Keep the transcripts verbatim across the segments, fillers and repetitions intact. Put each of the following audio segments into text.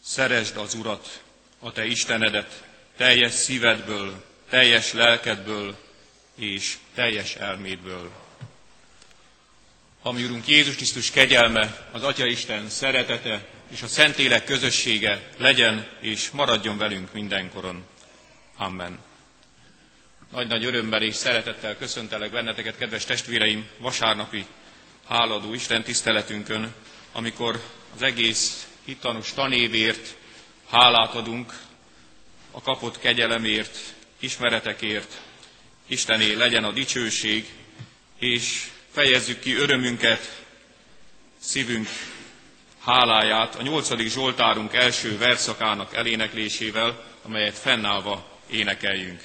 Szeresd az Urat, a te Istenedet, teljes szívedből, teljes lelkedből és teljes elmédből. Ami Urunk Jézus Krisztus kegyelme, az Atya Isten szeretete és a Szentlélek közössége legyen és maradjon velünk mindenkoron. Amen. Nagy-nagy örömmel és szeretettel köszöntelek benneteket, kedves testvéreim, vasárnapi háladó Isten tiszteletünkön, amikor az egész hittanos tanévért hálát adunk, a kapott kegyelemért, ismeretekért. Istené legyen a dicsőség, és fejezzük ki örömünket, szívünk háláját a nyolcadik Zsoltárunk első verszakának eléneklésével, amelyet fennállva énekeljünk.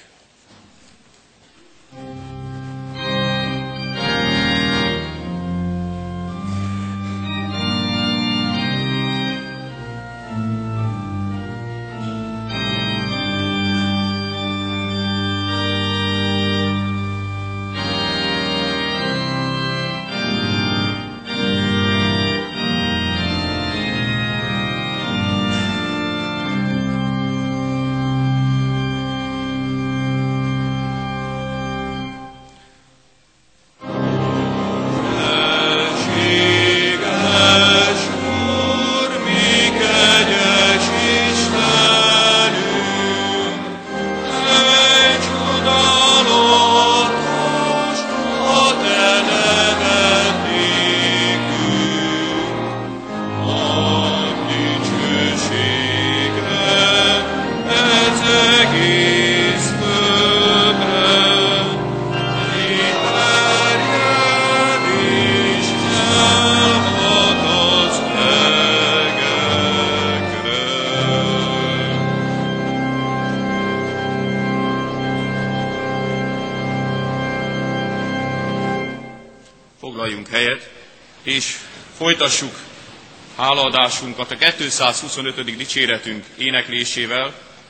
Foglaljunk helyet, és folytassuk hálaadásunkat a kétszázhuszonötödik dicséretünk éneklésével.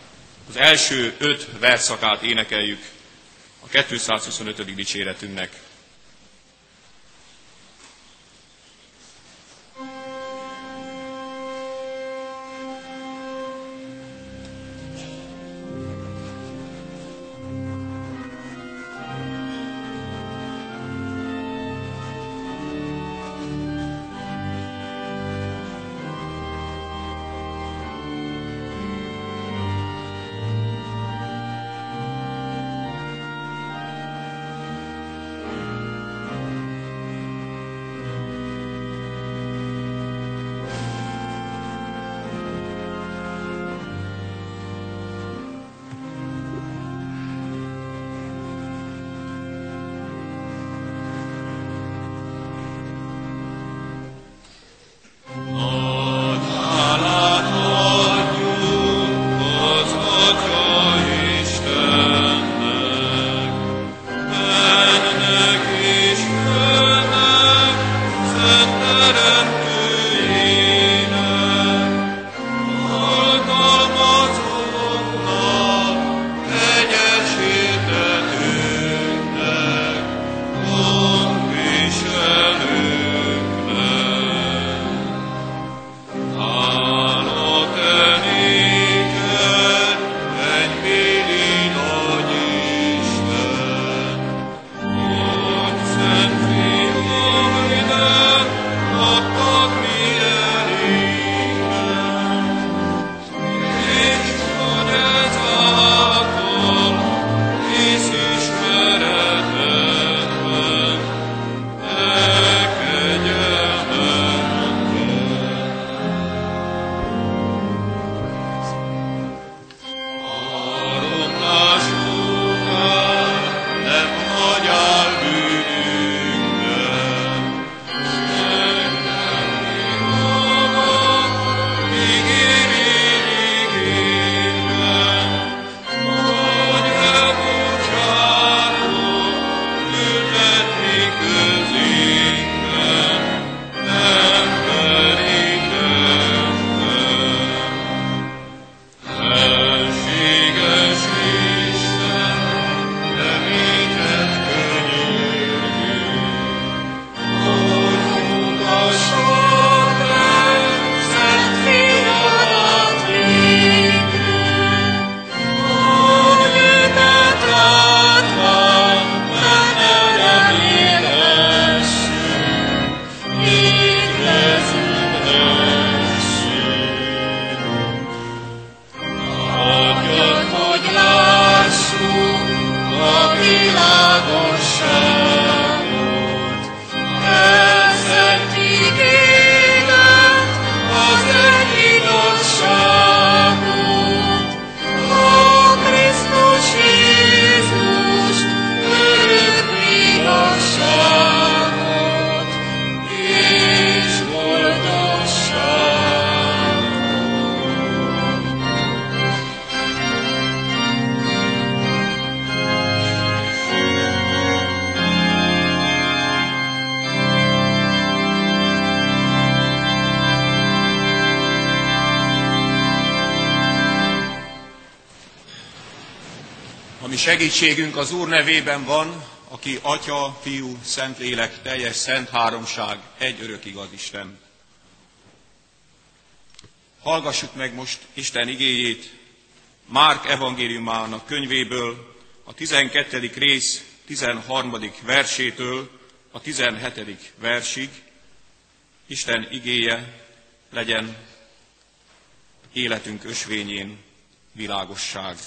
Az első öt versszakát énekeljük a kétszázhuszonötödik dicséretünknek. Thank you. Segítségünk az Úr nevében van, aki Atya, Fiú, Szentlélek, teljes szent háromság, egy örök igaz Isten. Hallgassuk meg most Isten igéjét Márk evangéliumának könyvéből, a tizenkettedik rész tizenharmadik versétől a tizenhetedik versig. Isten igéje legyen életünk ösvényén világosság.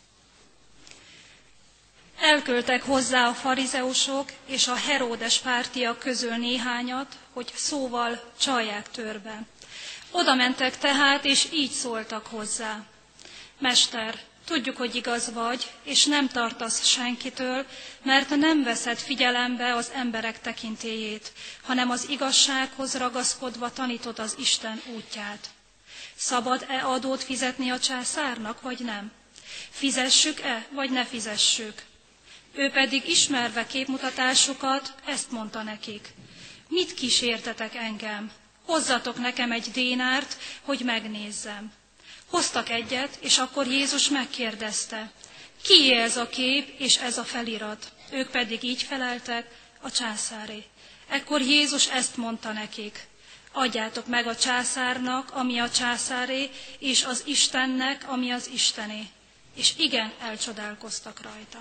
Elküldtek hozzá a farizeusok és a Heródes pártiak közül néhányat, hogy szóval csalják törbe. Oda mentek tehát, és így szóltak hozzá. Mester, tudjuk, hogy igaz vagy, és nem tartasz senkitől, mert nem veszed figyelembe az emberek tekintélyét, hanem az igazsághoz ragaszkodva tanítod az Isten útját. Szabad-e adót fizetni a császárnak, vagy nem? Fizessük-e, vagy ne fizessük? Ő pedig ismerve képmutatásukat, ezt mondta nekik. Mit kísértetek engem? Hozzatok nekem egy dénárt, hogy megnézzem. Hoztak egyet, és akkor Jézus megkérdezte, kié ez a kép és ez a felirat? Ők pedig így feleltek, a császáré. Ekkor Jézus ezt mondta nekik, adjátok meg a császárnak, ami a császáré, és az Istennek, ami az Istené. És igen, elcsodálkoztak rajta.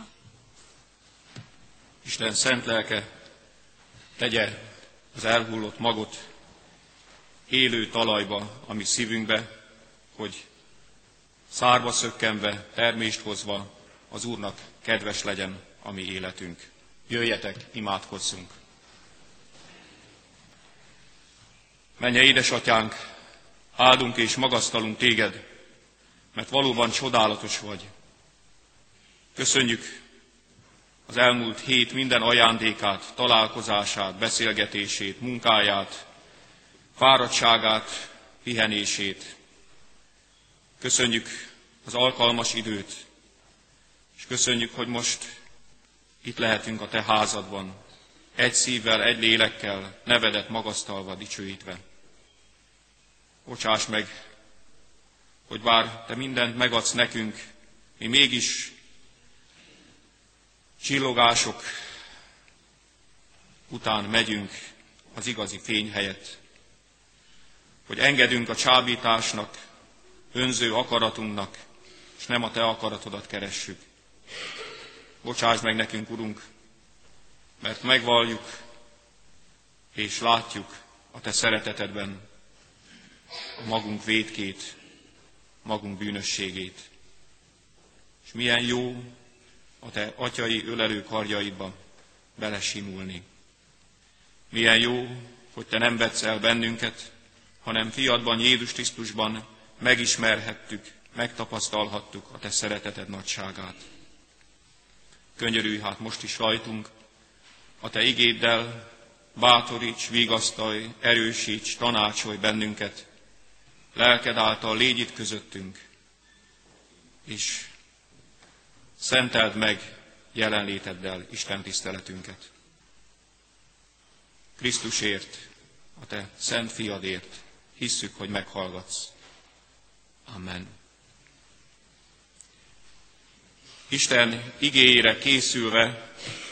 Isten szent lelke tegye az elhullott magot élő talajba a mi szívünkbe, hogy szárba szökkenve, termést hozva az Úrnak kedves legyen a mi életünk. Jöjjetek, imádkozzunk! Menje, édesatyánk, áldunk és magasztalunk téged, mert valóban csodálatos vagy. Köszönjük az elmúlt hét minden ajándékát, találkozását, beszélgetését, munkáját, fáradtságát, pihenését. Köszönjük az alkalmas időt, és köszönjük, hogy most itt lehetünk a te házadban, egy szívvel, egy lélekkel, nevedet magasztalva, dicsőítve. Bocsáss meg, hogy bár te mindent megadsz nekünk, mi mégis csillogások után megyünk az igazi fény helyett. Hogy engedünk a csábításnak, önző akaratunknak, és nem a te akaratodat keressük. Bocsáss meg nekünk, Urunk, mert megvalljuk és látjuk a te szeretetedben a magunk vétkét, magunk bűnösségét. És milyen jó a te atyai ölelő karjaidba belesimulni. Milyen jó, hogy te nem vetsz el bennünket, hanem fiadban, Jézus Krisztusban megismerhettük, megtapasztalhattuk a te szereteted nagyságát. Könyörülj hát most is rajtunk, a te igéddel bátoríts, vigasztalj, erősíts, tanácsolj bennünket, lelked által légy itt közöttünk, és szenteld meg jelenléteddel Isten tiszteletünket. Krisztusért, a te szent fiadért hisszük, hogy meghallgatsz. Amen. Isten igéjére készülve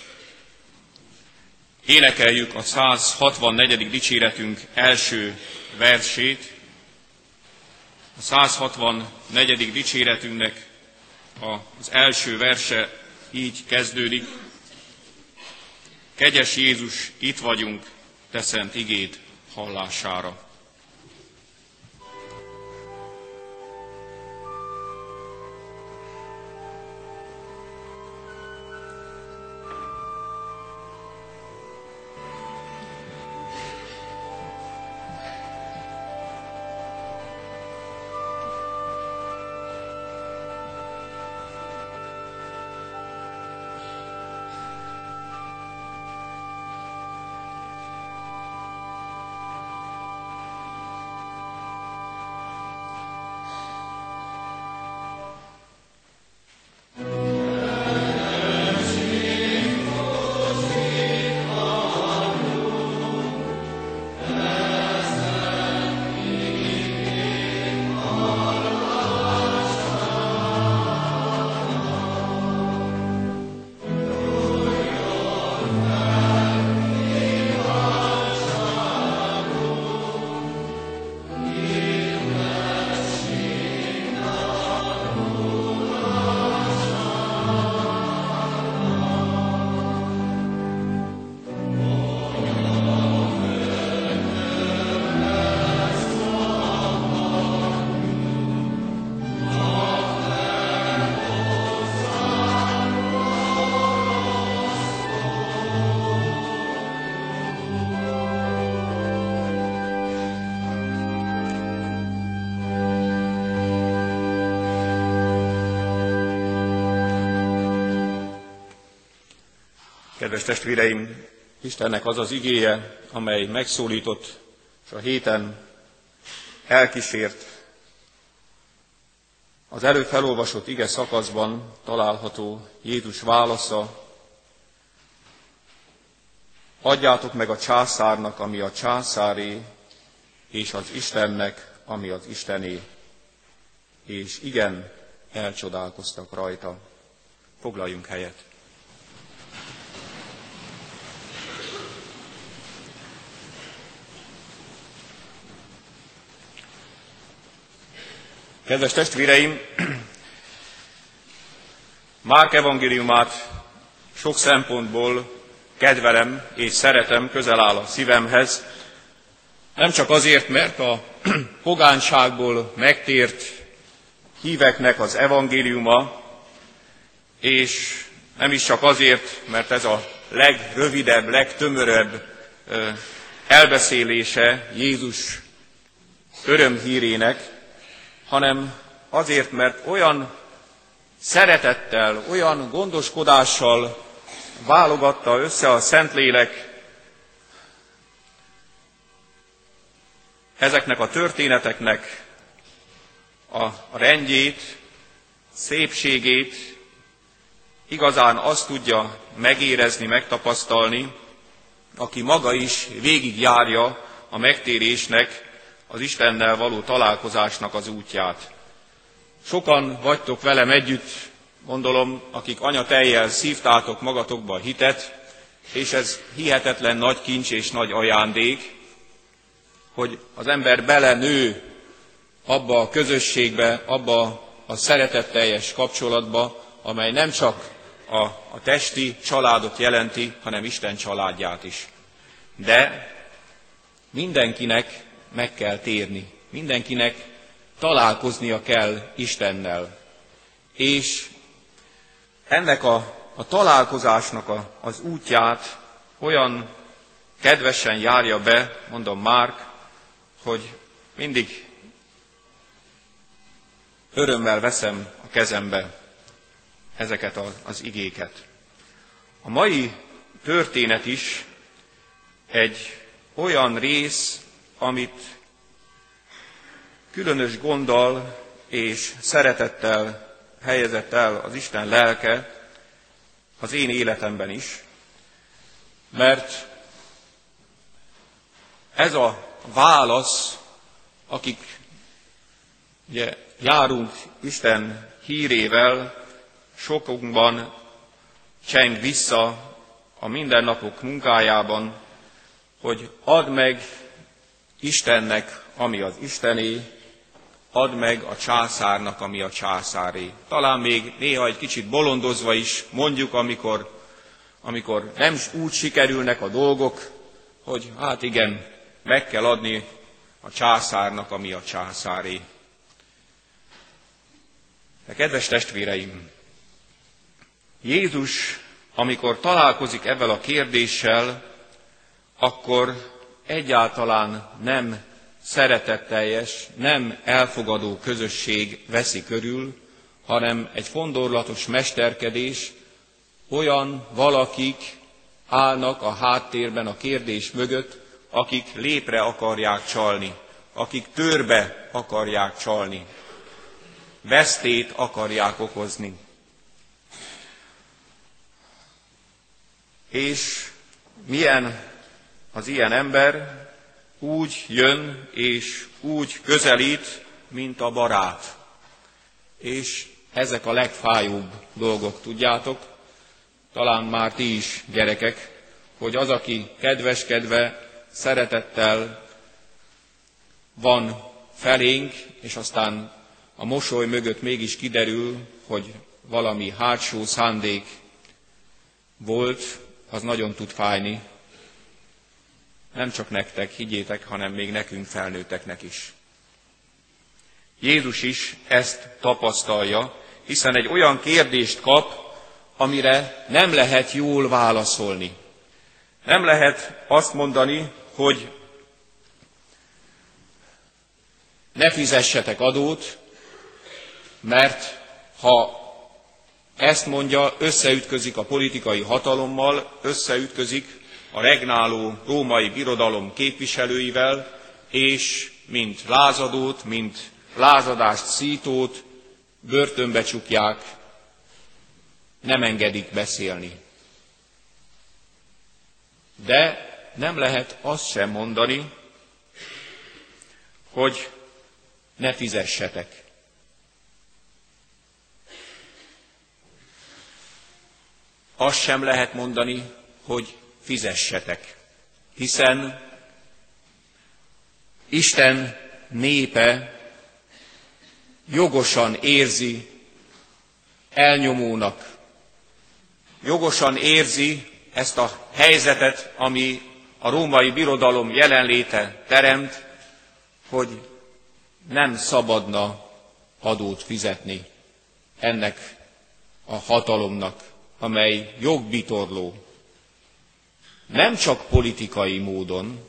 énekeljük a száz hatvannegyedik dicséretünk első versét. A száz hatvannegyedik dicséretünknek az első verse így kezdődik. Kegyes Jézus, itt vagyunk, te szent igéd hallására. Kedves testvéreim, Istennek az az igéje, amely megszólított, és a héten elkísért. Az előbb felolvasott ige szakaszban található Jézus válasza: adjátok meg a császárnak, ami a császáré, és az Istennek, ami az Istené. És igen, elcsodálkoztak rajta. Foglaljunk helyet. Kedves testvéreim, Márk evangéliumát sok szempontból kedvelem és szeretem, közel áll a szívemhez. Nem csak azért, mert a pogányságból megtért híveknek az evangéliuma, és nem is csak azért, mert ez a legrövidebb, legtömörebb elbeszélése Jézus örömhírének, hanem azért, mert olyan szeretettel, olyan gondoskodással válogatta össze a Szentlélek ezeknek a történeteknek a rendjét, szépségét, igazán azt tudja megérezni, megtapasztalni, aki maga is végigjárja a megtérésnek, az Istennel való találkozásnak az útját. Sokan vagytok velem együtt, gondolom, akik anyatejjel szívtátok magatokba a hitet, és ez hihetetlen nagy kincs és nagy ajándék, hogy az ember belenő abba a közösségbe, abba a szeretetteljes kapcsolatba, amely nem csak a, a testi családot jelenti, hanem Isten családját is. De mindenkinek meg kell térni, mindenkinek találkoznia kell Istennel. És ennek a, a találkozásnak a, az útját olyan kedvesen járja be, mondom Márk, hogy mindig örömmel veszem a kezembe ezeket az, az igéket. A mai történet is egy olyan rész, amit különös gonddal és szeretettel helyezett el az Isten lelke az én életemben is, mert ez a válasz, akik ugye, járunk Isten hírével, sokunkban cseng vissza a mindennapok munkájában, hogy add meg Istennek, ami az Istené, add meg a császárnak, ami a császáré. Talán még néha egy kicsit bolondozva is mondjuk, amikor, amikor nem úgy sikerülnek a dolgok, hogy hát igen, meg kell adni a császárnak, ami a császáré. De kedves testvéreim, Jézus, amikor találkozik ebben a kérdéssel, akkor egyáltalán nem szeretetteljes, nem elfogadó közösség veszi körül, hanem egy fondorlatos mesterkedés, olyan valakik állnak a háttérben a kérdés mögött, akik lépre akarják csalni, akik törbe akarják csalni, vesztét akarják okozni. És milyen az ilyen ember? Úgy jön és úgy közelít, mint a barát. És ezek a legfájóbb dolgok, tudjátok? Talán már ti is, gyerekek, hogy az, aki kedveskedve, szeretettel van felénk, és aztán a mosoly mögött mégis kiderül, hogy valami hátsó szándék volt, az nagyon tud fájni. Nem csak nektek, higgyétek, hanem még nekünk felnőtteknek is. Jézus is ezt tapasztalja, hiszen egy olyan kérdést kap, amire nem lehet jól válaszolni. Nem lehet azt mondani, hogy ne fizessetek adót, mert ha Ezt mondja, összeütközik a politikai hatalommal, összeütközik a regnáló római birodalom képviselőivel, és mint lázadót, mint lázadást szítót börtönbe csukják, nem engedik beszélni. De nem lehet azt sem mondani, hogy ne fizessetek. Azt sem lehet mondani, hogy fizessetek, hiszen Isten népe jogosan érzi elnyomónak, jogosan érzi ezt a helyzetet, ami a római birodalom jelenléte teremt, hogy nem szabadna adót fizetni ennek a hatalomnak, amely jogbitorló. Nem csak politikai módon,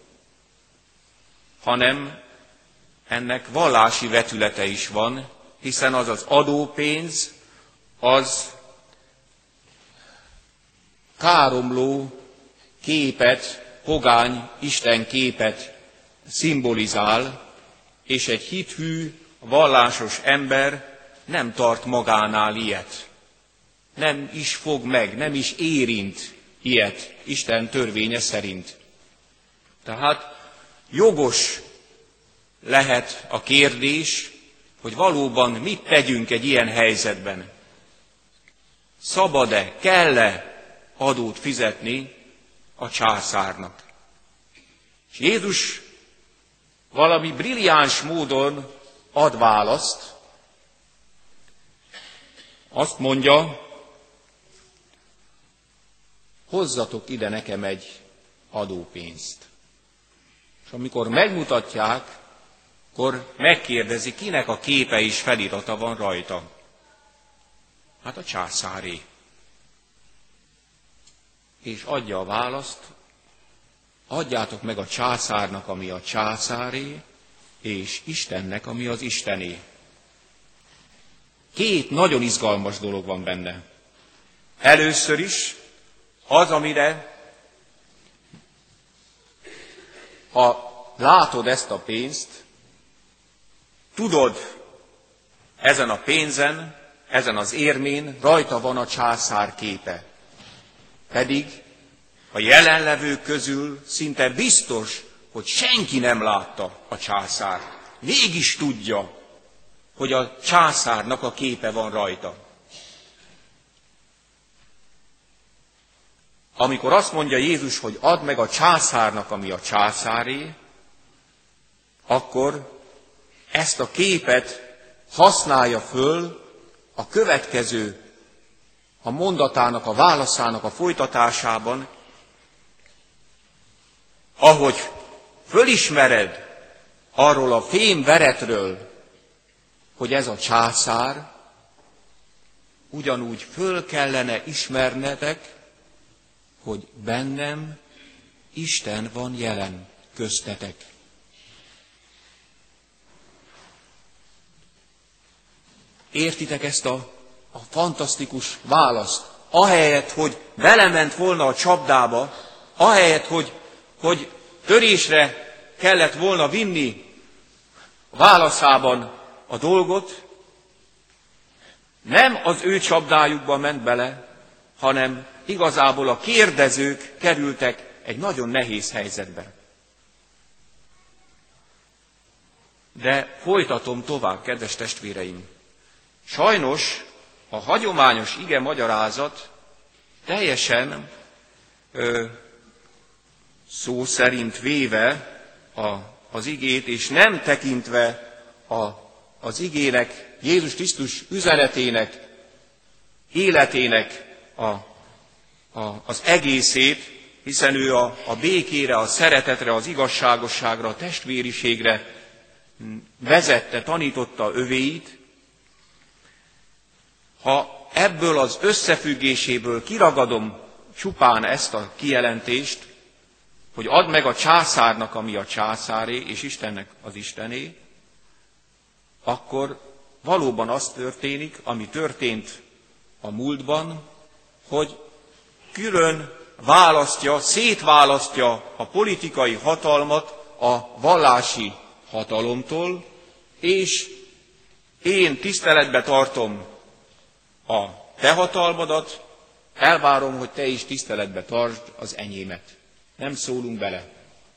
hanem ennek vallási vetülete is van, hiszen az az adópénz, az káromló képet, pogány Isten képet szimbolizál, és egy hithű, vallásos ember nem tart magánál ilyet. Nem is fog meg, nem is érint ilyet Isten törvénye szerint. Tehát jogos lehet a kérdés, hogy valóban mit tegyünk egy ilyen helyzetben. Szabad-e, kell-e adót fizetni a császárnak? És Jézus valami brilliáns módon ad választ. Azt mondja, hozzatok ide nekem egy adópénzt. És amikor megmutatják, akkor megkérdezi, kinek a képe és felirata van rajta. Hát a császáré. És adja a választ, adjátok meg a császárnak, ami a császáré, és Istennek, ami az Istené. Két nagyon izgalmas dolog van benne. Először is az, amire, ha látod ezt a pénzt, tudod, ezen a pénzen, ezen az érmén rajta van a császár képe. Pedig a jelenlevők közül szinte biztos, hogy senki nem látta a császárt. Mégis tudja, hogy a császárnak a képe van rajta. Amikor azt mondja Jézus, hogy add meg a császárnak, ami a császáré, akkor ezt a képet használja föl a következő, a mondatának, a válaszának a folytatásában, ahogy fölismered arról a fémveretről, hogy ez a császár, ugyanúgy föl kellene ismernetek, hogy bennem Isten van jelen köztetek. Értitek ezt a, a fantasztikus választ? Ahelyett, hogy belement volna a csapdába, ahelyett, hogy, hogy törésre kellett volna vinni a válaszában a dolgot, nem az ő csapdájukba ment bele, hanem igazából a kérdezők kerültek egy nagyon nehéz helyzetbe. De folytatom tovább, kedves testvéreim. Sajnos a hagyományos ige magyarázat teljesen ö, szó szerint véve a, az igét, és nem tekintve a, az igének, Jézus Krisztus üzenetének, életének a, a, az egészét, hiszen ő a, a békére, a szeretetre, az igazságosságra, a testvériségre vezette, tanította övéit. Ha ebből az összefüggéséből kiragadom csupán ezt a kijelentést, hogy add meg a császárnak, ami a császáré, és Istennek az Istené, akkor valóban az történik, ami történt a múltban, hogy külön választja, szétválasztja a politikai hatalmat a vallási hatalomtól, és én tiszteletbe tartom a te hatalmadat, elvárom, hogy te is tiszteletbe tartsd az enyémet. Nem szólunk bele.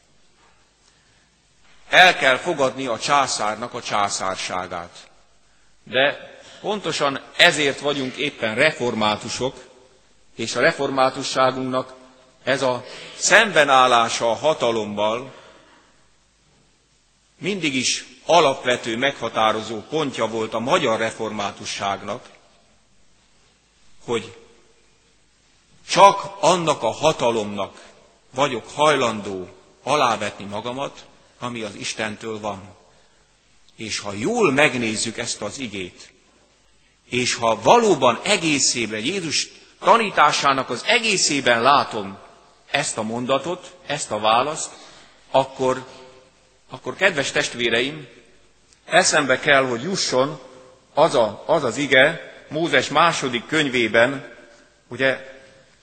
El kell fogadni a császárnak a császárságát. De pontosan ezért vagyunk éppen reformátusok, és a reformátusságunknak ez a szembenállása a hatalommal mindig is alapvető, meghatározó pontja volt a magyar reformátusságnak, hogy csak annak a hatalomnak vagyok hajlandó alávetni magamat, ami az Istentől van. És ha jól megnézzük ezt az igét, és ha valóban egészében, Jézus tanításának az egészében látom ezt a mondatot, ezt a választ, akkor, akkor kedves testvéreim, eszembe kell, hogy jusson az, a, az az ige Mózes második könyvében, ugye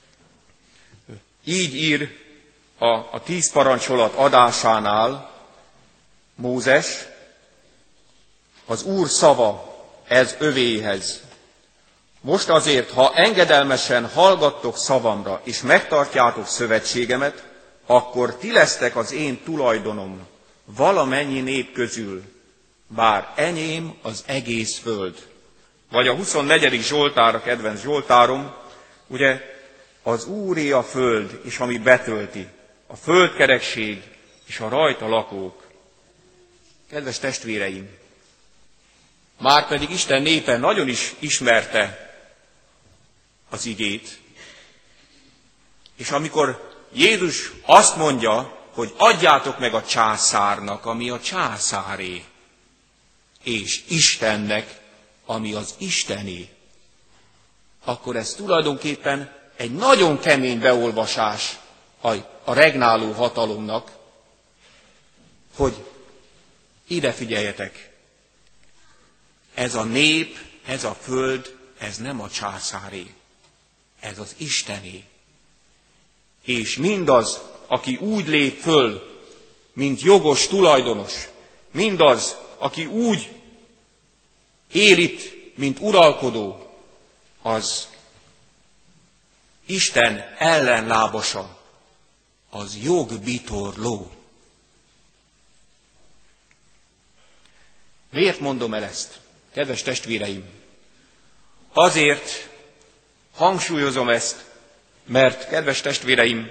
így ír a, a tíz parancsolat adásánál Mózes, az Úr szava ez övéhez. Most azért, ha engedelmesen hallgattok szavamra, és megtartjátok szövetségemet, akkor ti lesztek az én tulajdonom valamennyi nép közül, bár enyém az egész föld. Vagy a huszonnegyedik Zsoltár, a kedvenc Zsoltárom, ugye az Úré a föld, és ami betölti, a földkerekség, és a rajta lakók. Kedves testvéreim, márpedig Isten népe nagyon is ismerte az igét, és amikor Jézus azt mondja, hogy adjátok meg a császárnak, ami a császáré, és Istennek, ami az Istené, akkor ez tulajdonképpen egy nagyon kemény beolvasás a, a regnáló hatalomnak, hogy ide figyeljetek, ez a nép, ez a föld, ez nem a császáré, ez az Istené. És mindaz, aki úgy lép föl, mint jogos tulajdonos, mindaz, aki úgy él itt, mint uralkodó, az Isten ellenlábasa, az jogbitorló. Miért mondom el ezt, kedves testvéreim? Azért hangsúlyozom ezt, mert, kedves testvéreim,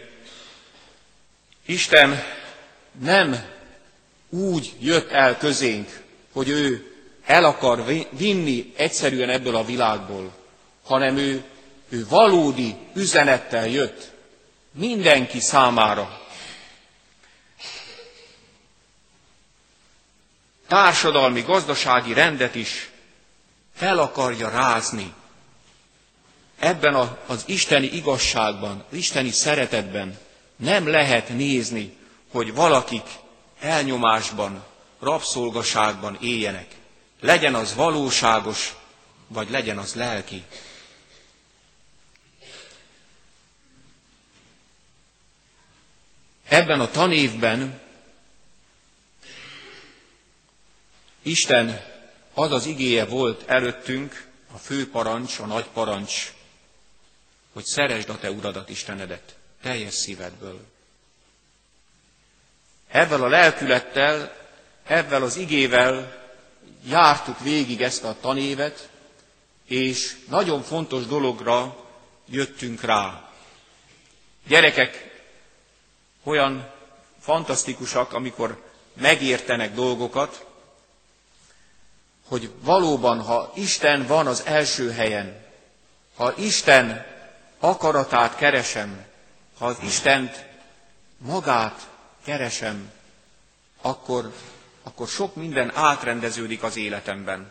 Isten nem úgy jött el közénk, hogy ő el akar vinni egyszerűen ebből a világból, hanem ő, ő valódi üzenettel jött mindenki számára. Társadalmi, gazdasági rendet is fel akarja rázni. Ebben a, az isteni igazságban, az isteni szeretetben nem lehet nézni, hogy valakik elnyomásban, rabszolgaságban éljenek. Legyen az valóságos, vagy legyen az lelki. Ebben a tanévben Isten az az igéje volt előttünk, a fő parancs, a nagy parancs, hogy szeresd a te uradat, Istenedet, teljes szívedből. Ezzel a lelkülettel, ezzel az igével jártuk végig ezt a tanévet, és nagyon fontos dologra jöttünk rá. Gyerekek olyan fantasztikusak, amikor megértenek dolgokat, hogy valóban, ha Isten van az első helyen, ha Isten akaratát keresem, ha az Istent magát keresem, akkor, akkor sok minden átrendeződik az életemben.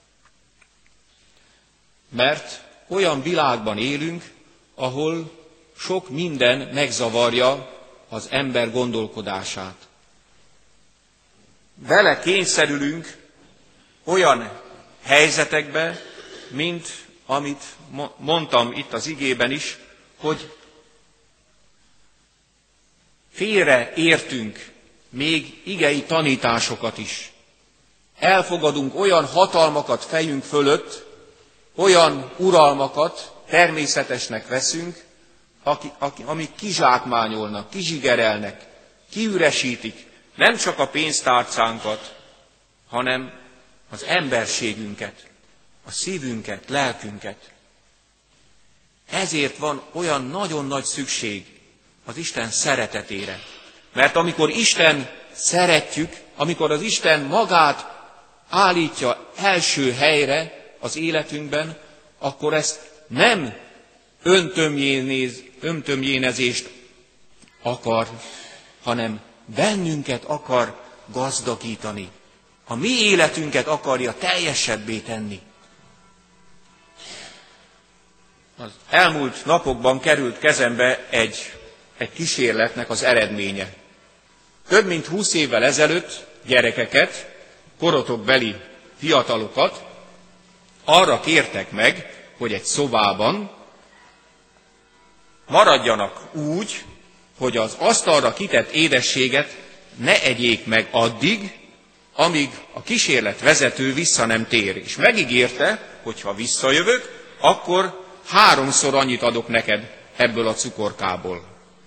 Mert olyan világban élünk, ahol sok minden megzavarja az ember gondolkodását. Vele kényszerülünk olyan helyzetekbe, mint amit mondtam itt az igében is, hogy félre értünk még igei tanításokat is. Elfogadunk olyan hatalmakat fejünk fölött, olyan uralmakat természetesnek veszünk, amik kizsákmányolnak, kizsigerelnek, kiüresítik nem csak a pénztárcánkat, hanem az emberségünket, a szívünket, lelkünket. Ezért van olyan nagyon nagy szükség az Isten szeretetére. Mert amikor Isten szeretjük, amikor az Isten magát állítja első helyre az életünkben, akkor ezt nem öntömjénéz, öntömjénezést akar, hanem bennünket akar gazdagítani. A mi életünket akarja teljesebbé tenni. Az elmúlt napokban került kezembe egy, egy kísérletnek az eredménye. Több mint húsz évvel ezelőtt gyerekeket, korotokbeli fiatalokat arra kértek meg, hogy egy szobában maradjanak úgy, hogy az asztalra kitett édességet ne egyék meg addig, amíg a kísérlet vezető vissza nem tér. És megígérte, hogy ha visszajövök, akkor háromszor annyit adok neked ebből a cukorkából.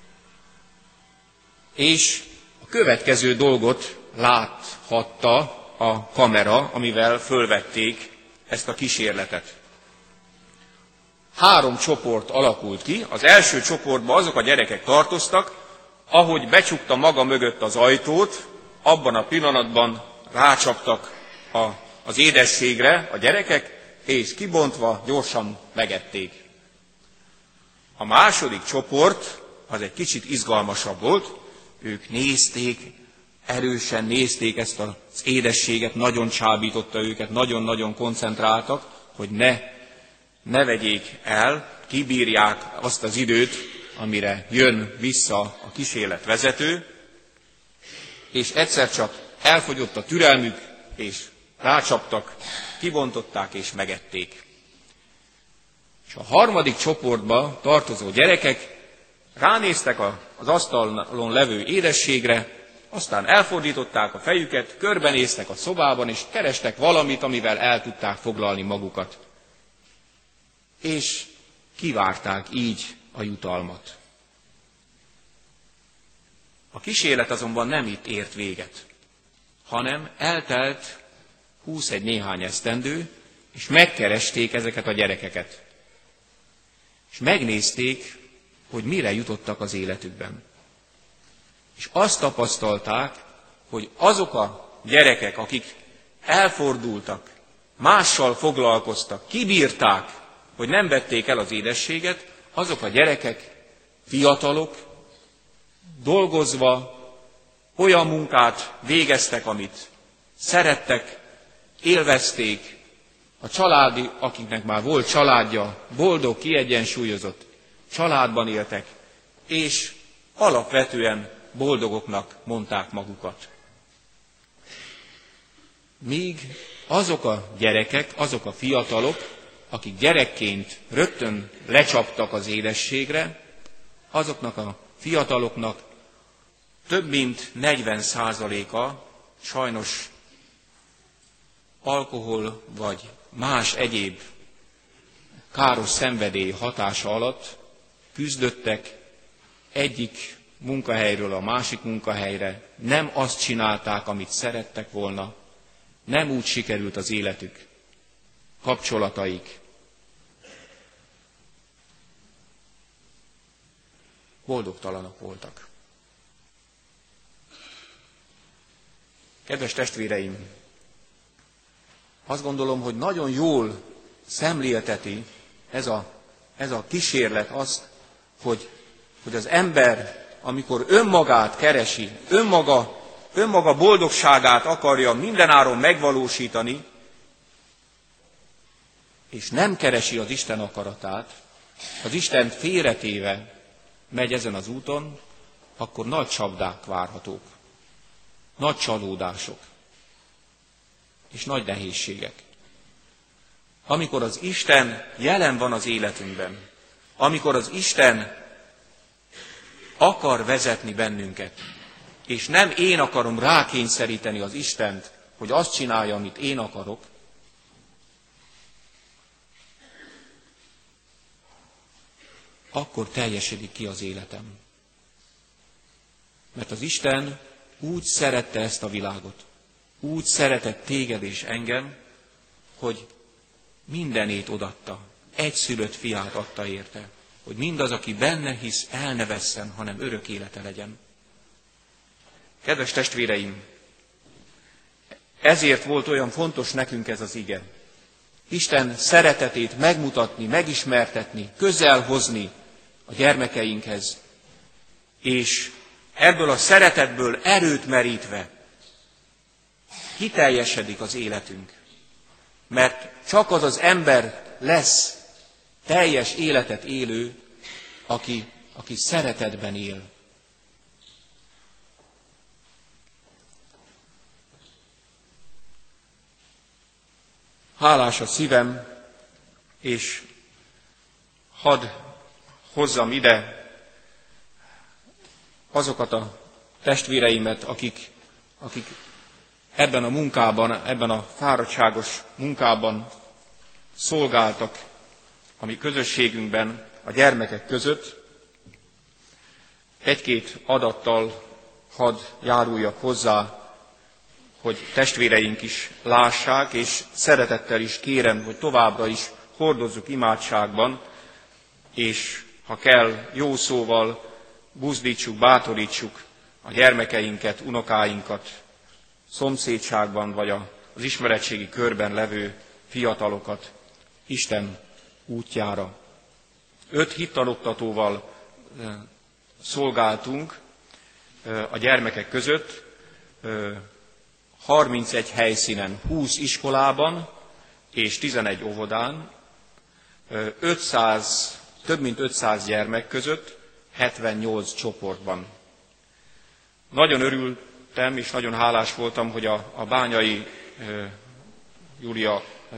És a következő dolgot láthatta a kamera, amivel fölvették ezt a kísérletet. Három csoport alakult ki. Az első csoportban azok a gyerekek tartoztak, ahogy becsukta maga mögött az ajtót, abban a pillanatban rácsaptak a, az édességre a gyerekek, és kibontva gyorsan megették. A második csoport az egy kicsit izgalmasabb volt, ők nézték, erősen nézték ezt az édességet, nagyon csábította őket, nagyon-nagyon koncentráltak, hogy ne, ne vegyék el, kibírják azt az időt, amire jön vissza a kísérletvezető, és egyszer csak elfogyott a türelmük, és rácsaptak, kibontották és megették. És a harmadik csoportba tartozó gyerekek ránéztek az asztalon levő édességre, aztán elfordították a fejüket, körbenéztek a szobában, és kerestek valamit, amivel el tudták foglalni magukat. És kivárták így a jutalmat. A kísérlet azonban nem itt ért véget, hanem eltelt húszegy néhány esztendő, és megkeresték ezeket a gyerekeket. És megnézték, hogy mire jutottak az életükben. És azt tapasztalták, hogy azok a gyerekek, akik elfordultak, mással foglalkoztak, kibírták, hogy nem vették el az édességet, azok a gyerekek, fiatalok, dolgozva olyan munkát végeztek, amit szerettek, élvezték, a családi, akiknek már volt családja, boldog, kiegyensúlyozott családban éltek, és alapvetően boldogoknak mondták magukat. Míg azok a gyerekek, azok a fiatalok, akik gyerekként rögtön lecsaptak az édességre, azoknak a fiataloknak több mint negyven százaléka sajnos alkohol vagy más egyéb káros szenvedély hatása alatt küzdöttek egyik munkahelyről a másik munkahelyre, nem azt csinálták, amit szerettek volna, nem úgy sikerült az életük, kapcsolataik. Boldogtalanok voltak. Kedves testvéreim, azt gondolom, hogy nagyon jól szemlélteti ez a, ez a kísérlet azt, hogy, hogy az ember, amikor önmagát keresi, önmaga, önmaga boldogságát akarja mindenáron megvalósítani, és nem keresi az Isten akaratát, az Istent félretéve megy ezen az úton, akkor nagy csapdák várhatók, nagy csalódások és nagy nehézségek. amikor az Isten jelen van az életünkben, amikor az Isten akar vezetni bennünket, és nem én akarom rákényszeríteni az Istent, hogy azt csinálja, amit én akarok, akkor teljesedik ki az életem. Mert az Isten úgy szerette ezt a világot, úgy szeretett téged és engem, hogy mindenét odatta, egyszülött fiát adta érte, hogy mindaz, aki benne hisz, el ne vesszen, hanem örök élete legyen. Kedves testvéreim, ezért volt olyan fontos nekünk ez az ige. Isten szeretetét megmutatni, megismertetni, közel hozni a gyermekeinkhez, és ebből a szeretetből erőt merítve kiteljesedik az életünk. Mert csak az az ember lesz teljes életet élő, aki, aki szeretetben él. Hálás a szívem, és hadd hozzam ide azokat a testvéreimet, akik, akik ebben a munkában, ebben a fáradtságos munkában szolgáltak a mi közösségünkben, a gyermekek között. Egy-két adattal hadd járuljak hozzá, hogy testvéreink is lássák, és szeretettel is kérem, hogy továbbra is hordozzuk imádságban, és ha kell, jó szóval buzdítsuk, bátorítsuk a gyermekeinket, unokáinkat, szomszédságban vagy az ismeretségi körben levő fiatalokat Isten útjára. Öt hittanoktatóval szolgáltunk a gyermekek között, harmincegy helyszínen, húsz iskolában és tizenegy óvodán, ötszáz, több mint ötszáz gyermek között, hetvennyolc csoportban. Nagyon örültem és nagyon hálás voltam, hogy a, a bányai e, Júlia e,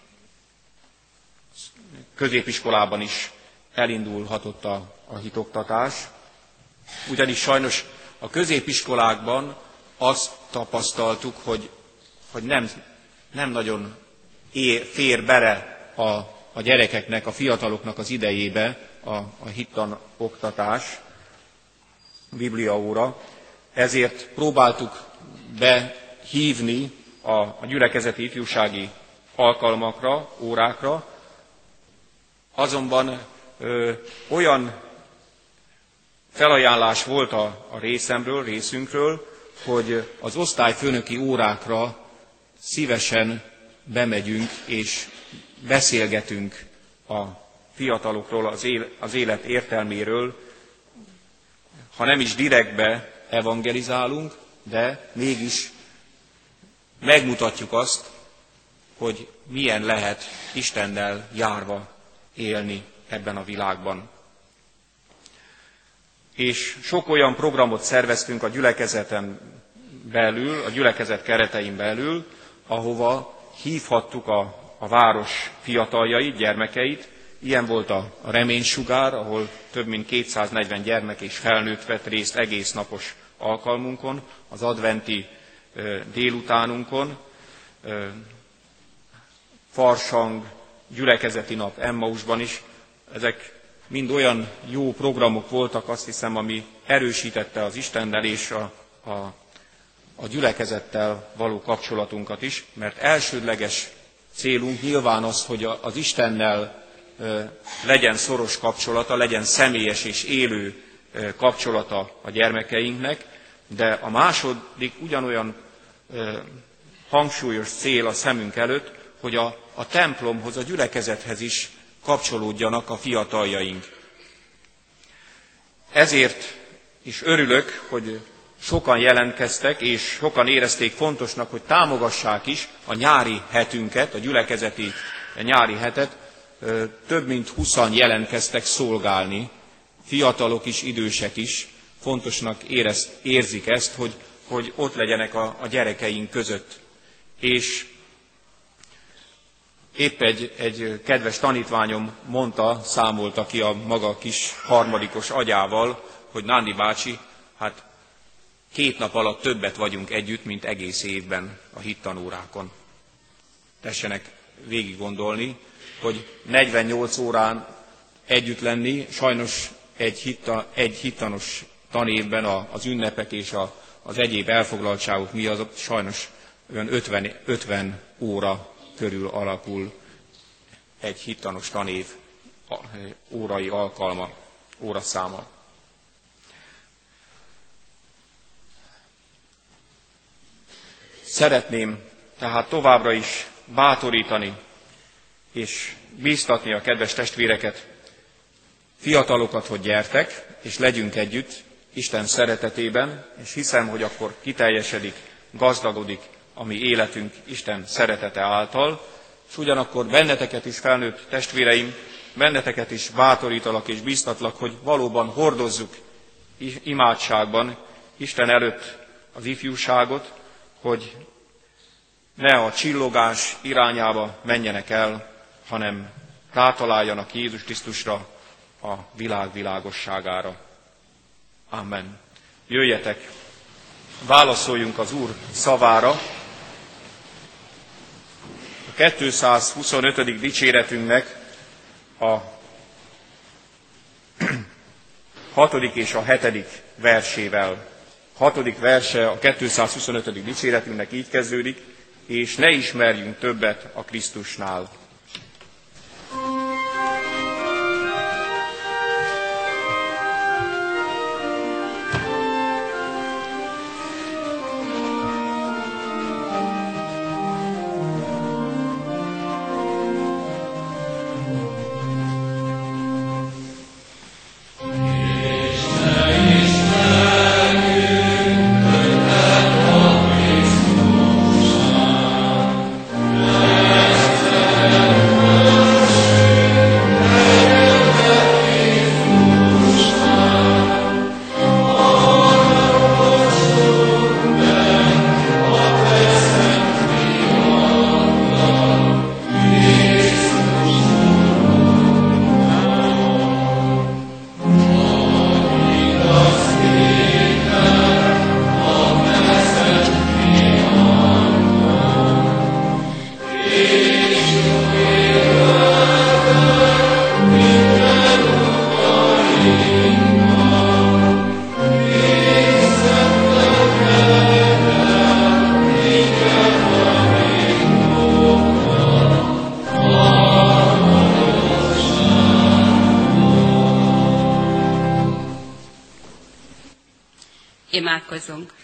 középiskolában is elindulhatott a, a hitoktatás, ugyanis sajnos a középiskolákban azt tapasztaltuk, hogy, hogy nem, nem nagyon ér, fér bele a, a gyerekeknek, a fiataloknak az idejébe a, a hittan oktatás, bibliaóra. Ezért próbáltuk behívni a, a gyülekezeti ifjúsági alkalmakra, órákra, azonban ö, olyan felajánlás volt a, a részemről, részünkről, hogy az osztályfőnöki órákra szívesen bemegyünk és beszélgetünk a fiatalokról, az, él, az élet értelméről, ha nem is direktbe evangelizálunk, de mégis megmutatjuk azt, hogy milyen lehet Istennel járva élni ebben a világban. És sok olyan programot szerveztünk a gyülekezeten belül, a gyülekezet keretein belül, ahova hívhattuk a, a város fiataljait, gyermekeit. Ilyen volt a, a Reménysugár, ahol több mint kétszáznegyven gyermek és felnőtt vett részt egész napos alkalmunkon, az adventi ö, délutánunkon, ö, Farsang, gyülekezeti nap Emmausban is. Ezek mind olyan jó programok voltak, azt hiszem, ami erősítette az Istennel és a, a, a gyülekezettel való kapcsolatunkat is, mert elsődleges célunk nyilván az, hogy az Istennel legyen szoros kapcsolata, legyen személyes és élő kapcsolata a gyermekeinknek, de a második ugyanolyan hangsúlyos cél a szemünk előtt, hogy a, a templomhoz, a gyülekezethez is kapcsolódjanak a fiataljaink. Ezért is örülök, hogy sokan jelentkeztek, és sokan érezték fontosnak, hogy támogassák is a nyári hetünket, a gyülekezeti nyári hetet. Több mint húszan jelentkeztek szolgálni, fiatalok is, idősek is. Fontosnak érez, érzik ezt, hogy, hogy ott legyenek a, a gyerekeink között. És Épp egy, egy kedves tanítványom mondta, számolta ki a maga kis harmadikos agyával, hogy Nándi bácsi, hát két nap alatt többet vagyunk együtt, mint egész évben a hittanórákon. Tessenek végig gondolni, hogy negyvennyolc órán együtt lenni, sajnos egy, hitta, egy hittanos tanévben az ünnepek és a, az egyéb elfoglaltságok miatt sajnos olyan ötven, ötven óra körül alakul egy hittanos tanév órai alkalma, óraszáma. Szeretném tehát továbbra is bátorítani és bíztatni a kedves testvéreket, fiatalokat, hogy gyertek, és legyünk együtt Isten szeretetében, és hiszem, hogy akkor kiteljesedik, gazdagodik a mi életünk Isten szeretete által, és ugyanakkor benneteket is, felnőtt testvéreim, benneteket is bátorítalak és bíztatlak, hogy valóban hordozzuk imádságban Isten előtt az ifjúságot, hogy ne a csillogás irányába menjenek el, hanem rátaláljanak Jézus Krisztusra, a világ világosságára. Amen. Jöjjetek, válaszoljunk az Úr szavára. A kétszázhuszonötödik dicséretünknek a hatodik és a hetedik versével. Hatodik verse a kétszázhuszonötödik dicséretünknek így kezdődik, és ne ismerjünk többet a Krisztusnál. Imádkozzunk.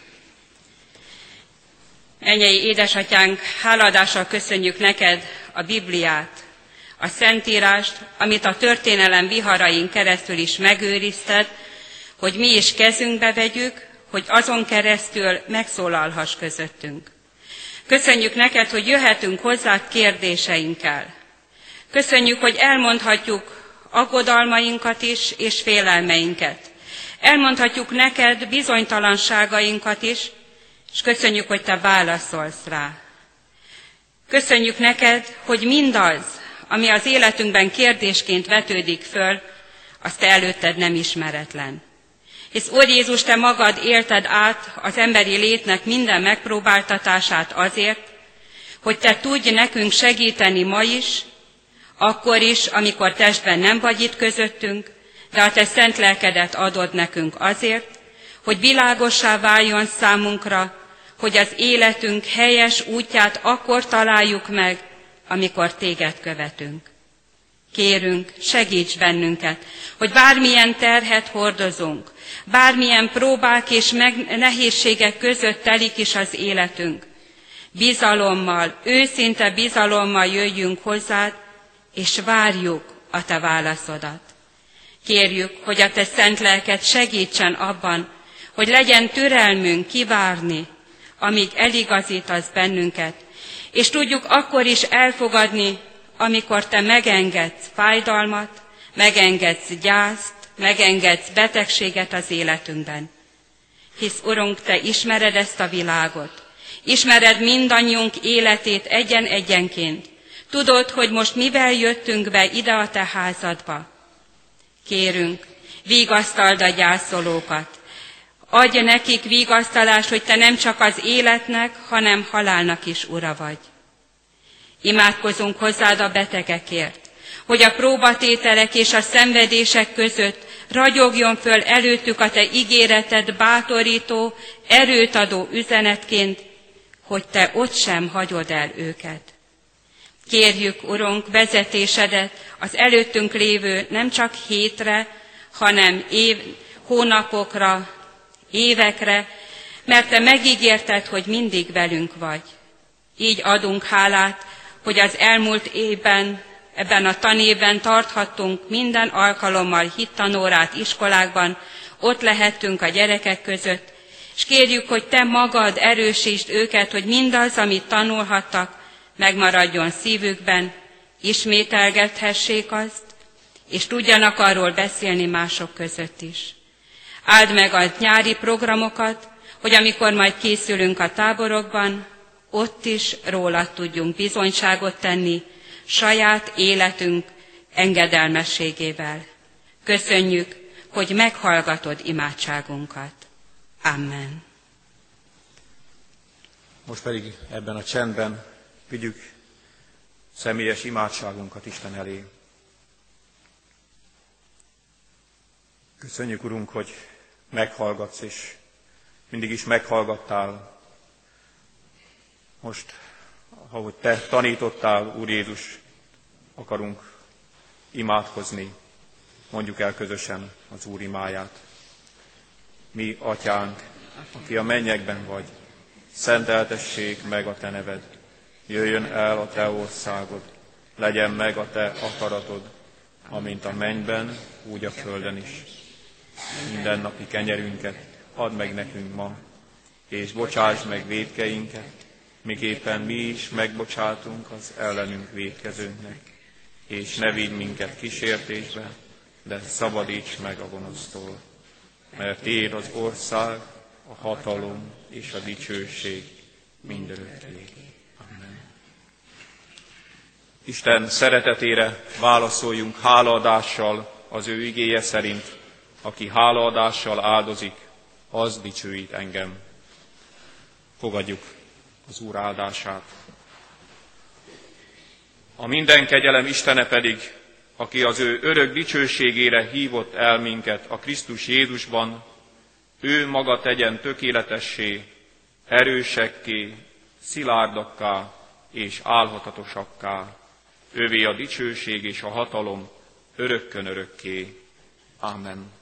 Mennyei édesatyánk, háladással köszönjük neked a Bibliát, a Szentírást, amit a történelem viharain keresztül is megőrizted, hogy mi is kezünkbe vegyük, hogy azon keresztül megszólalhass közöttünk. Köszönjük neked, hogy jöhetünk hozzád kérdéseinkkel. Köszönjük, hogy elmondhatjuk aggodalmainkat is és félelmeinket. Elmondhatjuk neked bizonytalanságainkat is, és köszönjük, hogy te válaszolsz rá. Köszönjük neked, hogy mindaz, ami az életünkben kérdésként vetődik föl, azt te előtted nem ismeretlen. Hisz Úr Jézus, te magad élted át az emberi létnek minden megpróbáltatását azért, hogy te tudj nekünk segíteni ma is, akkor is, amikor testben nem vagy itt közöttünk, de a te szent lelkedet adod nekünk azért, hogy világossá váljon számunkra, hogy az életünk helyes útját akkor találjuk meg, amikor téged követünk. Kérünk, segíts bennünket, hogy bármilyen terhet hordozunk, bármilyen próbák és meg nehézségek között telik is az életünk. Bizalommal, őszinte bizalommal jöjjünk hozzád, és várjuk a te válaszodat. Kérjük, hogy a te szent lelked segítsen abban, hogy legyen türelmünk kivárni, amíg eligazítasz bennünket, és tudjuk akkor is elfogadni, amikor te megengedsz fájdalmat, megengedsz gyászt, megengedsz betegséget az életünkben. Hisz, Urunk, te ismered ezt a világot, ismered mindannyiunk életét egyen-egyenként, Tudod, hogy most mivel jöttünk be ide a te házadba. Kérünk, vigasztald a gyászolókat. Adj nekik vigasztalást, hogy te nem csak az életnek, hanem halálnak is ura vagy. Imádkozunk hozzád a betegekért, hogy a próbatételek és a szenvedések között ragyogjon föl előttük a te ígéreted bátorító, erőt adó üzenetként, hogy te ott sem hagyod el őket. Kérjük, Urunk, vezetésedet az előttünk lévő nem csak hétre, hanem év, hónapokra, évekre, mert te megígérted, hogy mindig velünk vagy. Így adunk hálát, hogy az elmúlt évben, ebben a tanévben tarthattunk minden alkalommal hittanórát iskolákban, ott lehettünk a gyerekek között, és kérjük, hogy te magad erősítsd őket, hogy mindaz, amit tanulhattak, megmaradjon szívükben, ismételgethessék azt, és tudjanak arról beszélni mások között is. Áld meg a nyári programokat, hogy amikor majd készülünk a táborokban, ott is rólad tudjunk bizonyságot tenni, saját életünk engedelmességével. Köszönjük, hogy meghallgatod imádságunkat. Amen. Most pedig ebben a csendben vigyük személyes imádságunkat Isten elé. Köszönjük, Urunk, hogy meghallgatsz, és mindig is meghallgattál. Most, ahogy te tanítottál, Úr Jézus, akarunk imádkozni. Mondjuk el közösen az Úr imáját. Mi, Atyánk, aki a mennyekben vagy, szenteltessék meg a te neved. Jöjjön el a te országod, legyen meg a te akaratod, amint a mennyben, úgy a földön is. Mindennapi kenyerünket add meg nekünk ma, és bocsáss meg vétkeinket, miképpen mi is megbocsátunk az ellenünk vétkezőnknek. És ne vigy minket kísértésbe, de szabadíts meg a gonosztól. Mert tiéd az ország, a hatalom és a dicsőség mindörökké. Amen. Isten szeretetére válaszoljunk hálaadással az ő igéje szerint. Aki hálaadással áldozik, az dicsőít engem. Fogadjuk az Úr áldását. A minden kegyelem Istene pedig, aki az ő örök dicsőségére hívott el minket a Krisztus Jézusban, ő maga tegyen tökéletessé, erősekké, szilárdakká és álhatatosakká. Ővé a dicsőség és a hatalom örökkön örökké. Amen.